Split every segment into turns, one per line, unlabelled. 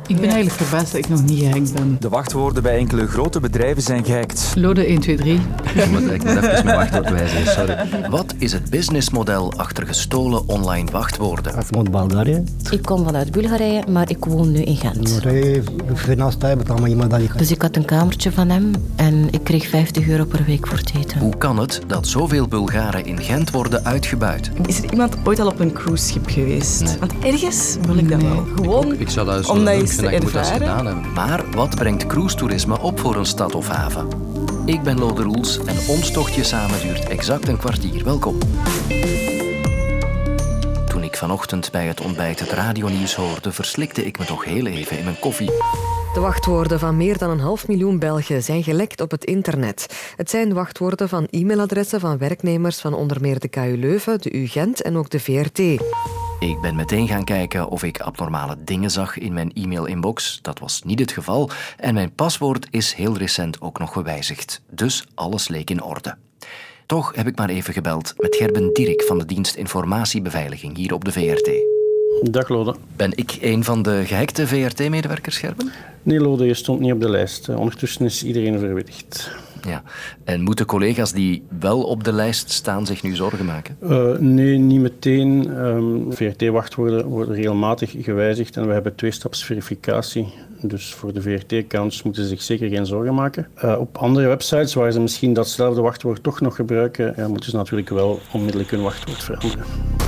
Ik ben eigenlijk verbaasd dat ik nog niet gehackt ben.
De wachtwoorden bij enkele grote bedrijven zijn gehackt.
Lode 1, 2, 3.
Ik moet even mijn wachtwoord wijzigen, sorry. Wat is het businessmodel achter gestolen online wachtwoorden?
Vanuit Bulgarije.
Ik kom vanuit Bulgarije, maar ik woon nu in Gent. Dus ik had een kamertje van hem en ik kreeg €50 per week voor het eten.
Hoe kan het dat zoveel Bulgaren in Gent worden uitgebuit?
Is er iemand ooit al op een cruiseschip geweest?
Nee.
Want ergens wil ik dat wel. Gewoon
Ik zou dat eens
om dat
doen,
eens
ik
te
vind dat je moet dat eens
ervaren.
gedaan hebben. Maar wat brengt cruise-toerisme op voor een stad of haven? Ik ben Lode Roels en ons tochtje samen duurt exact een kwartier. Welkom. Toen ik vanochtend bij het ontbijt het radionieuws hoorde, verslikte ik me toch heel even in mijn koffie.
De wachtwoorden van meer dan 500.000 Belgen zijn gelekt op het internet. Het zijn wachtwoorden van e-mailadressen van werknemers van onder meer de KU Leuven, de U Gent en ook de VRT.
Ik ben meteen gaan kijken of ik abnormale dingen zag in mijn e-mail-inbox. Dat was niet het geval en mijn paswoord is heel recent ook nog gewijzigd. Dus alles leek in orde. Toch heb ik maar even gebeld met Gerben Dierik van de dienst Informatiebeveiliging hier op de VRT.
Dag Lode.
Ben ik een van de gehackte VRT-medewerkers, Gerben?
Nee Lode, je stond niet op de lijst. Ondertussen is iedereen verwittigd.
Ja. En moeten collega's die wel op de lijst staan zich nu zorgen maken?
Nee, niet meteen. VRT-wachtwoorden worden regelmatig gewijzigd en we hebben 2-stapsverificatie. Dus voor de VRT-accounts moeten ze zich zeker geen zorgen maken. Op andere websites waar ze misschien datzelfde wachtwoord toch nog gebruiken, moeten ze natuurlijk wel onmiddellijk hun wachtwoord veranderen.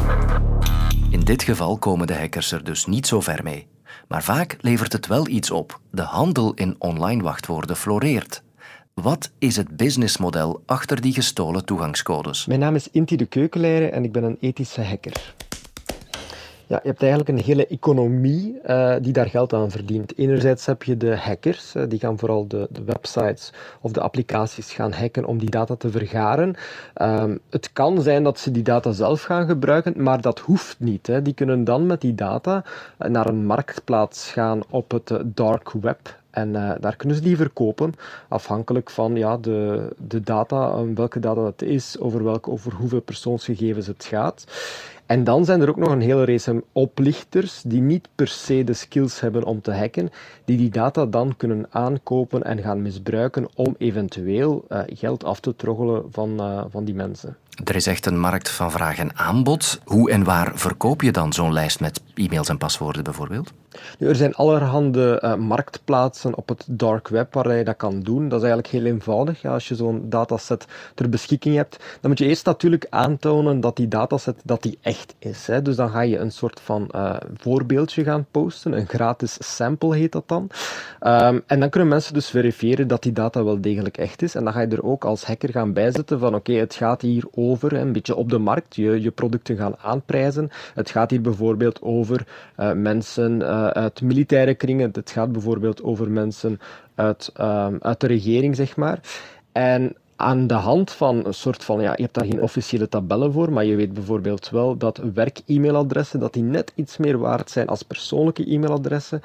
In dit geval komen de hackers er dus niet zo ver mee. Maar vaak levert het wel iets op. De handel in online wachtwoorden floreert. Wat is het businessmodel achter die gestolen toegangscodes?
Mijn naam is Inti de Keukenleider en ik ben een ethische hacker. Ja, je hebt eigenlijk een hele economie die daar geld aan verdient. Enerzijds heb je de hackers, die gaan vooral de websites of de applicaties gaan hacken om die data te vergaren. Het kan zijn dat ze die data zelf gaan gebruiken, maar dat hoeft niet. Hè. Die kunnen dan met die data naar een marktplaats gaan op het dark web. En daar kunnen ze die verkopen, afhankelijk van de data, welke data het is, over hoeveel persoonsgegevens het gaat. En dan zijn er ook nog een hele race oplichters die niet per se de skills hebben om te hacken, die data dan kunnen aankopen en gaan misbruiken om eventueel geld af te troggelen van die mensen.
Er is echt een markt van vraag en aanbod. Hoe en waar verkoop je dan zo'n lijst met e-mails en paswoorden bijvoorbeeld?
Er zijn allerhande marktplaatsen op het dark web waar je dat kan doen. Dat is eigenlijk heel eenvoudig. Ja, als je zo'n dataset ter beschikking hebt, dan moet je eerst natuurlijk aantonen dat die dataset dat die echt is. Hè. Dus dan ga je een soort van voorbeeldje gaan posten. Een gratis sample heet dat dan. En dan kunnen mensen dus verifiëren dat die data wel degelijk echt is. En dan ga je er ook als hacker gaan bijzetten van oké, het gaat hier over, een beetje op de markt, je producten gaan aanprijzen. Het gaat hier bijvoorbeeld over mensen uit militaire kringen. Het gaat bijvoorbeeld over mensen uit de regering, zeg maar. En aan de hand van een soort van, je hebt daar geen officiële tabellen voor, maar je weet bijvoorbeeld wel dat werk-e-mailadressen, dat die net iets meer waard zijn als persoonlijke e-mailadressen.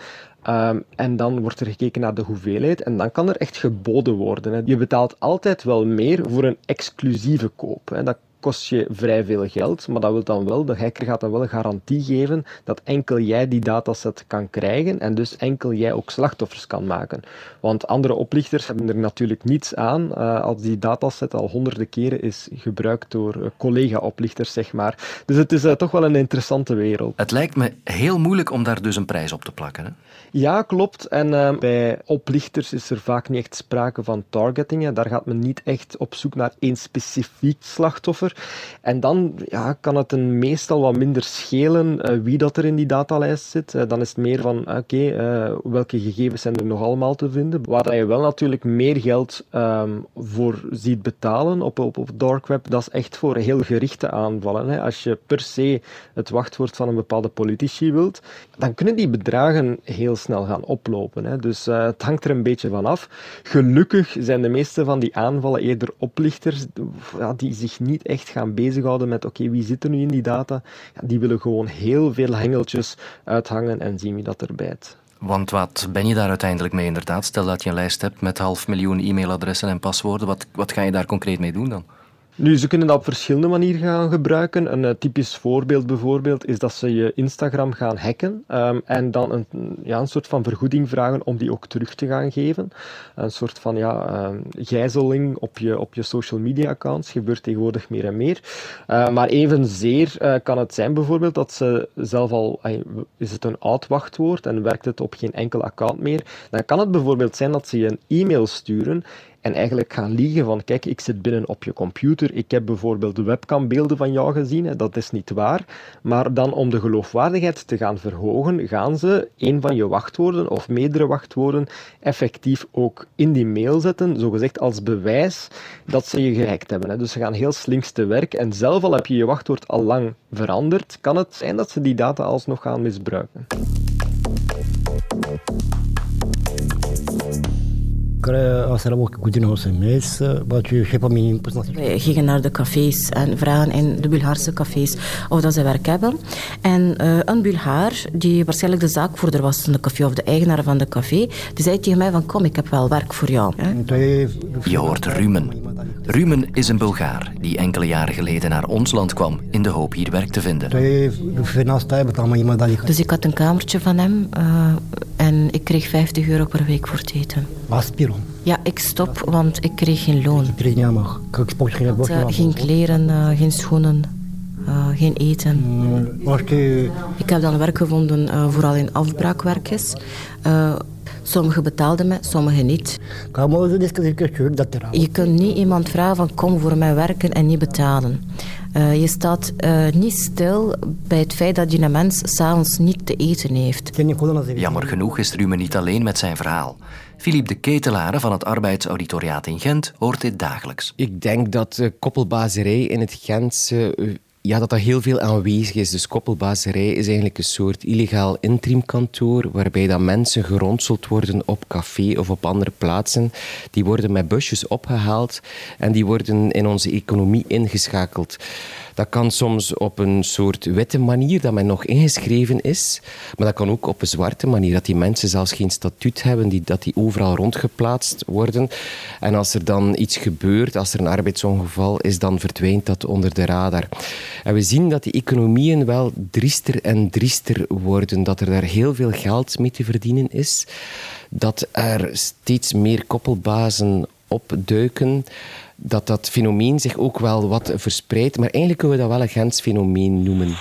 En dan wordt er gekeken naar de hoeveelheid en dan kan er echt geboden worden. Hè. Je betaalt altijd wel meer voor een exclusieve koop. Hè. Dat kost je vrij veel geld, maar dat wil dan wel, de hacker gaat dan wel een garantie geven dat enkel jij die dataset kan krijgen en dus enkel jij ook slachtoffers kan maken. Want andere oplichters hebben er natuurlijk niets aan als die dataset al honderden keren is gebruikt door collega-oplichters, zeg maar. Dus het is toch wel een interessante wereld.
Het lijkt me heel moeilijk om daar dus een prijs op te plakken, hè?
Ja, klopt. En bij oplichters is er vaak niet echt sprake van targeting. Hè. Daar gaat men niet echt op zoek naar één specifiek slachtoffer. En dan kan het meestal wat minder schelen wie dat er in die datalijst zit. Dan is het meer van, welke gegevens zijn er nog allemaal te vinden. Waar je wel natuurlijk meer geld voor ziet betalen op dark web, dat is echt voor heel gerichte aanvallen. Hè. Als je per se het wachtwoord van een bepaalde politici wilt, dan kunnen die bedragen heel snel gaan oplopen. Hè. Dus het hangt er een beetje van af. Gelukkig zijn de meeste van die aanvallen eerder oplichters die zich niet echt gaan bezighouden met wie zit er nu in die data. Ja, die willen gewoon heel veel hengeltjes uithangen en zien wie dat er bijt.
Want wat ben je daar uiteindelijk mee inderdaad? Stel dat je een lijst hebt met 500.000 e-mailadressen en paswoorden. Wat ga je daar concreet mee doen dan?
Nu, ze kunnen dat op verschillende manieren gaan gebruiken. Een typisch voorbeeld bijvoorbeeld is dat ze je Instagram gaan hacken en dan een soort van vergoeding vragen om die ook terug te gaan geven. Een soort van gijzeling op je social media accounts gebeurt tegenwoordig meer en meer. Maar evenzeer kan het zijn bijvoorbeeld dat ze zelf al, is het een oud wachtwoord en werkt het op geen enkel account meer, dan kan het bijvoorbeeld zijn dat ze je een e-mail sturen en eigenlijk gaan liegen van, kijk, ik zit binnen op je computer, ik heb bijvoorbeeld de webcambeelden van jou gezien, dat is niet waar. Maar dan om de geloofwaardigheid te gaan verhogen, gaan ze een van je wachtwoorden of meerdere wachtwoorden effectief ook in die mail zetten, zogezegd als bewijs dat ze je gehackt hebben. Dus ze gaan heel slinks te werk en zelf al heb je je wachtwoord al lang veranderd, kan het zijn dat ze die data alsnog gaan misbruiken.
Wij gingen naar de cafés en vragen in de Bulgaarse cafés of dat ze werk hebben. En een Bulgaar, die waarschijnlijk de zaakvoerder was van de café of de eigenaar van de café, die zei tegen mij van, kom, ik heb wel werk voor jou.
Je hoort Rumen. Rumen is een Bulgaar die enkele jaren geleden naar ons land kwam in de hoop hier werk te vinden.
Dus ik had een kamertje van hem en ik kreeg €50 per week voor het eten. Ja, ik stop, want ik kreeg geen loon. Geen kleren, geen schoenen, geen eten. Ik heb dan werk gevonden, vooral in afbraakwerkjes. Sommigen betaalden mij, sommigen niet. Je kunt niet iemand vragen van kom voor mij werken en niet betalen. Je staat niet stil bij het feit dat je een mens 's avonds niet te eten heeft.
Jammer genoeg is Rumen niet alleen met zijn verhaal. Philippe de Ketelare van het arbeidsauditoriaat in Gent hoort dit dagelijks.
Ik denk dat koppelbazerij in het Gentse dat heel veel aanwezig is. Dus koppelbazerij is eigenlijk een soort illegaal interimkantoor waarbij dat mensen geronseld worden op café of op andere plaatsen. Die worden met busjes opgehaald en die worden in onze economie ingeschakeld. Dat kan soms op een soort witte manier, dat men nog ingeschreven is. Maar dat kan ook op een zwarte manier, dat die mensen zelfs geen statuut hebben, dat die overal rondgeplaatst worden. En als er dan iets gebeurt, als er een arbeidsongeval is, dan verdwijnt dat onder de radar. En we zien dat die economieën wel driester en driester worden, dat er daar heel veel geld mee te verdienen is, dat er steeds meer koppelbazen opduiken, dat fenomeen zich ook wel wat verspreidt, maar eigenlijk kunnen we dat wel een Gents fenomeen noemen.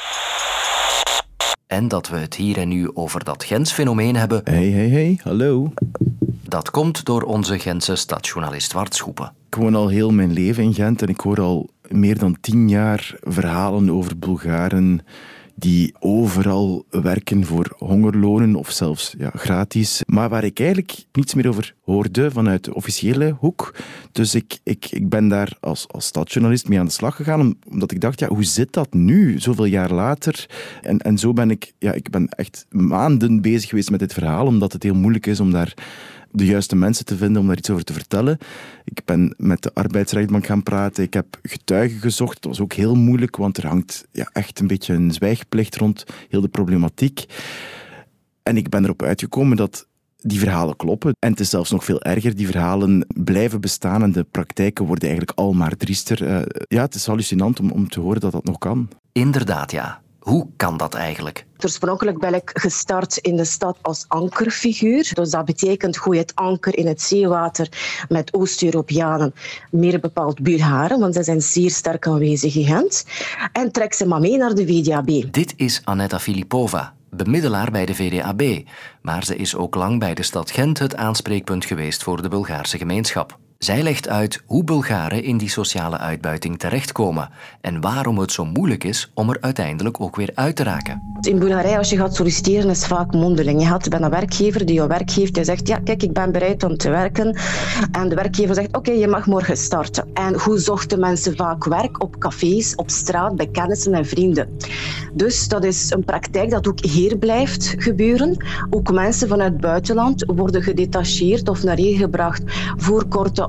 En dat we het hier en nu over dat Gents fenomeen hebben...
Hey, hallo.
Dat komt door onze Gentse stadsjournalist Wart Schoepen.
Ik woon al heel mijn leven in Gent en ik hoor al meer dan 10 jaar verhalen over Bulgaren die overal werken voor hongerlonen of zelfs gratis. Maar waar ik eigenlijk niets meer over hoorde vanuit de officiële hoek. Dus ik ben daar als stadsjournalist mee aan de slag gegaan, omdat ik dacht, hoe zit dat nu, zoveel jaar later? En zo ben ik ben echt maanden bezig geweest met dit verhaal, omdat het heel moeilijk is om daar de juiste mensen te vinden om daar iets over te vertellen. Ik ben met de arbeidsrechtbank gaan praten. Ik heb getuigen gezocht. Dat was ook heel moeilijk, want er hangt echt een beetje een zwijgplicht rond heel de problematiek. En ik ben erop uitgekomen dat die verhalen kloppen. En het is zelfs nog veel erger. Die verhalen blijven bestaan en de praktijken worden eigenlijk al maar driester. Het is hallucinant om te horen dat dat nog kan.
Inderdaad, ja. Hoe kan dat eigenlijk?
Oorspronkelijk ben ik gestart in de stad als ankerfiguur. Dus dat betekent gooi het anker in het zeewater met Oost-Europeanen, meer bepaald Bulgaren, want zij zijn zeer sterk aanwezig in Gent. En trek ze maar mee naar de VDAB.
Dit is Aneta Filipova, bemiddelaar bij de VDAB. Maar ze is ook lang bij de stad Gent het aanspreekpunt geweest voor de Bulgaarse gemeenschap. Zij legt uit hoe Bulgaren in die sociale uitbuiting terechtkomen en waarom het zo moeilijk is om er uiteindelijk ook weer uit te raken.
In Bulgarije, als je gaat solliciteren, is vaak mondeling. Je gaat bij een werkgever die je werk geeft. Die zegt, kijk, ik ben bereid om te werken. En de werkgever zegt, oké, je mag morgen starten. En hoe zochten mensen vaak werk? Op cafés, op straat, bij kennissen en vrienden. Dus dat is een praktijk dat ook hier blijft gebeuren. Ook mensen vanuit het buitenland worden gedetacheerd of naar hier gebracht voor korte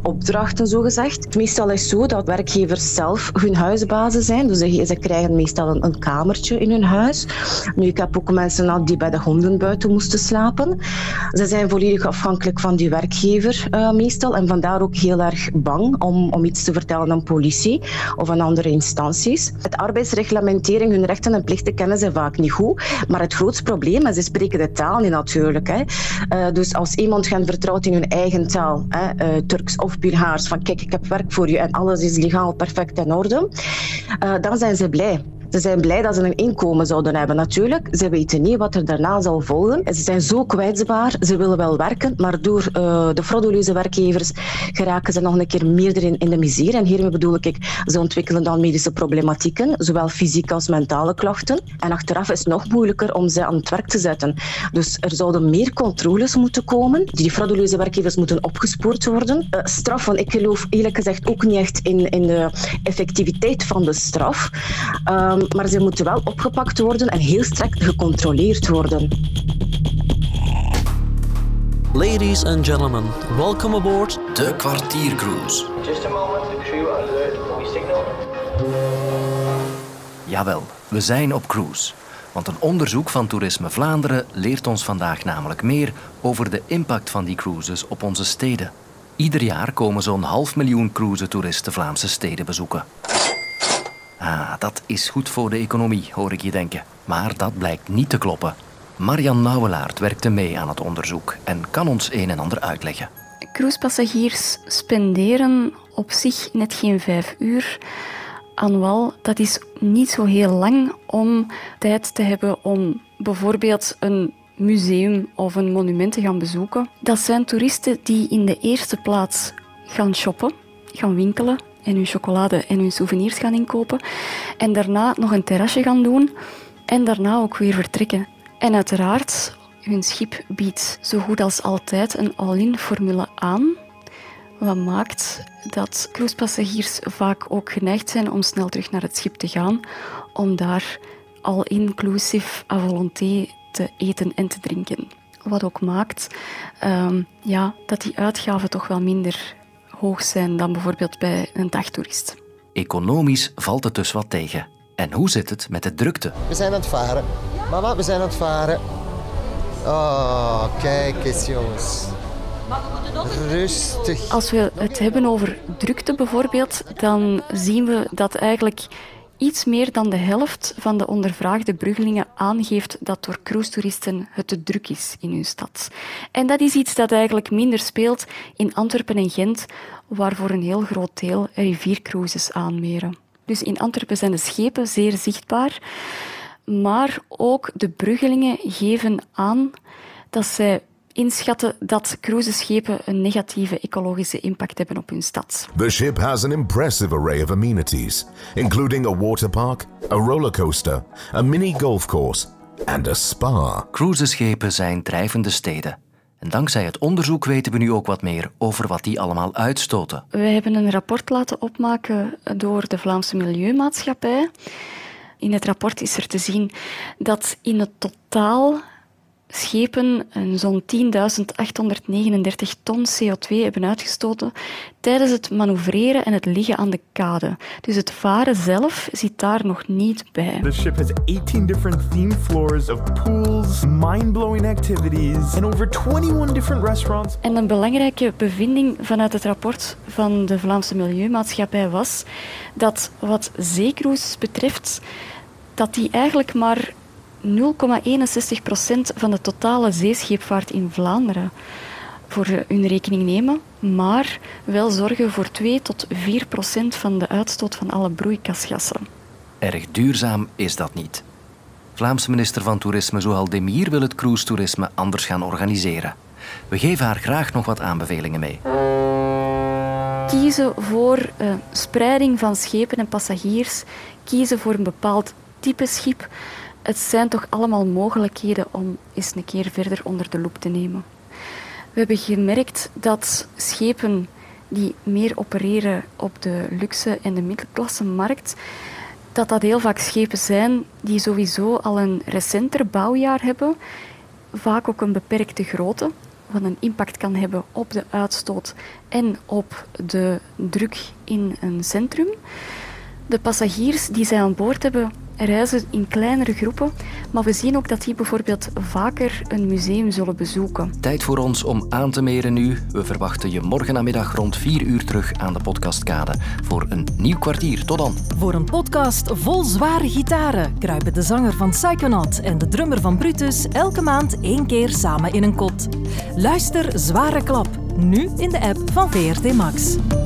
opdrachten, zogezegd. Meestal is het zo dat werkgevers zelf hun huisbazen zijn. Dus ze krijgen meestal een kamertje in hun huis. Nu, ik heb ook mensen gehad die bij de honden buiten moesten slapen. Ze zijn volledig afhankelijk van die werkgever meestal. En vandaar ook heel erg bang om iets te vertellen aan politie of aan andere instanties. Het arbeidsreglementering, hun rechten en plichten kennen ze vaak niet goed. Maar het grootste probleem is, ze spreken de taal niet natuurlijk. Dus als iemand hen vertrouwt in hun eigen taal, Turks of Bulgaars, van kijk, ik heb werk voor je en alles is legaal, perfect in orde, dan zijn ze blij. Ze zijn blij dat ze een inkomen zouden hebben natuurlijk. Ze weten niet wat er daarna zal volgen. Ze zijn zo kwetsbaar, ze willen wel werken, maar door de frauduleuze werkgevers geraken ze nog een keer meer in de miserie. En hiermee bedoel ik, ze ontwikkelen dan medische problematieken, zowel fysieke als mentale klachten. En achteraf is het nog moeilijker om ze aan het werk te zetten. Dus er zouden meer controles moeten komen. Die frauduleuze werkgevers moeten opgespoord worden. Straffen, ik geloof eerlijk gezegd ook niet echt in de effectiviteit van de straf. Maar ze moeten wel opgepakt worden en heel streng gecontroleerd worden.
Ladies and gentlemen, welcome aboard
de Kwartiercruise.
Just a moment, the crew alert for signal.
Jawel, we zijn op cruise. Want een onderzoek van Toerisme Vlaanderen leert ons vandaag namelijk meer over de impact van die cruises op onze steden. Ieder jaar komen zo'n 500.000 cruise-toeristen Vlaamse steden bezoeken. Dat is goed voor de economie, hoor ik je denken. Maar dat blijkt niet te kloppen. Marian Nauwelaert werkte mee aan het onderzoek en kan ons een en ander uitleggen.
Cruisepassagiers spenderen op zich net geen 5 uur aan wal. Dat is niet zo heel lang om tijd te hebben om bijvoorbeeld een museum of een monument te gaan bezoeken. Dat zijn toeristen die in de eerste plaats gaan shoppen, gaan winkelen en hun chocolade en hun souvenirs gaan inkopen. En daarna nog een terrasje gaan doen en daarna ook weer vertrekken. En uiteraard, hun schip biedt zo goed als altijd een all-in formule aan. Wat maakt dat cruisepassagiers vaak ook geneigd zijn om snel terug naar het schip te gaan, om daar all-inclusive à volonté te eten en te drinken. Wat ook maakt dat die uitgaven toch wel minder hoog zijn dan bijvoorbeeld bij een dagtoerist.
Economisch valt het dus wat tegen. En hoe zit het met de drukte?
We zijn aan het varen. Mama, we zijn aan het varen. Oh, kijk eens jongens. Rustig.
Als we het hebben over drukte bijvoorbeeld, dan zien we dat eigenlijk iets meer dan de helft van de ondervraagde bruggelingen aangeeft dat door cruisetoeristen het te druk is in hun stad. En dat is iets dat eigenlijk minder speelt in Antwerpen en Gent, waar voor een heel groot deel riviercruises aanmeren. Dus in Antwerpen zijn de schepen zeer zichtbaar, maar ook de bruggelingen geven aan dat zij inschatten dat cruiseschepen een negatieve ecologische impact hebben op hun stad.
The ship has an impressive array of amenities, including a waterpark, a rollercoaster, a mini golf course and a spa.
Cruiseschepen zijn drijvende steden. En dankzij het onderzoek weten we nu ook wat meer over wat die allemaal uitstoten.
We hebben een rapport laten opmaken door de Vlaamse Milieumaatschappij. In het rapport is er te zien dat in het totaal schepen zo'n 10.839 ton CO2 hebben uitgestoten tijdens het manoeuvreren en het liggen aan de kade. Dus het varen zelf zit daar nog niet bij.
The ship has 18 different themed floors of pools, mind-blowing activities and over 21 different restaurants.
En een belangrijke bevinding vanuit het rapport van de Vlaamse Milieumaatschappij was dat wat zeecruises betreft, dat die eigenlijk maar 0,61% van de totale zeescheepvaart in Vlaanderen voor hun rekening nemen, maar wel zorgen voor 2 tot 4% van de uitstoot van alle broeikasgassen.
Erg duurzaam is dat niet. Vlaamse minister van Toerisme Zuhal Demir wil het cruise-toerisme anders gaan organiseren. We geven haar graag nog wat aanbevelingen mee.
Kiezen voor spreiding van schepen en passagiers, kiezen voor een bepaald type schip. Het zijn toch allemaal mogelijkheden om eens een keer verder onder de loep te nemen. We hebben gemerkt dat schepen die meer opereren op de luxe en de middelklassemarkt, dat heel vaak schepen zijn die sowieso al een recenter bouwjaar hebben, vaak ook een beperkte grootte, wat een impact kan hebben op de uitstoot en op de druk in een centrum. De passagiers die zij aan boord hebben, reizen in kleinere groepen, maar we zien ook dat die bijvoorbeeld vaker een museum zullen bezoeken.
Tijd voor ons om aan te meren nu. We verwachten je morgennamiddag rond 4 uur terug aan de podcastkade voor een nieuw kwartier. Tot dan.
Voor een podcast vol zware gitaren kruipen de zanger van Psychonaut en de drummer van Brutus elke maand 1 keer samen in een kot. Luister Zware Klap, nu in de app van VRT Max.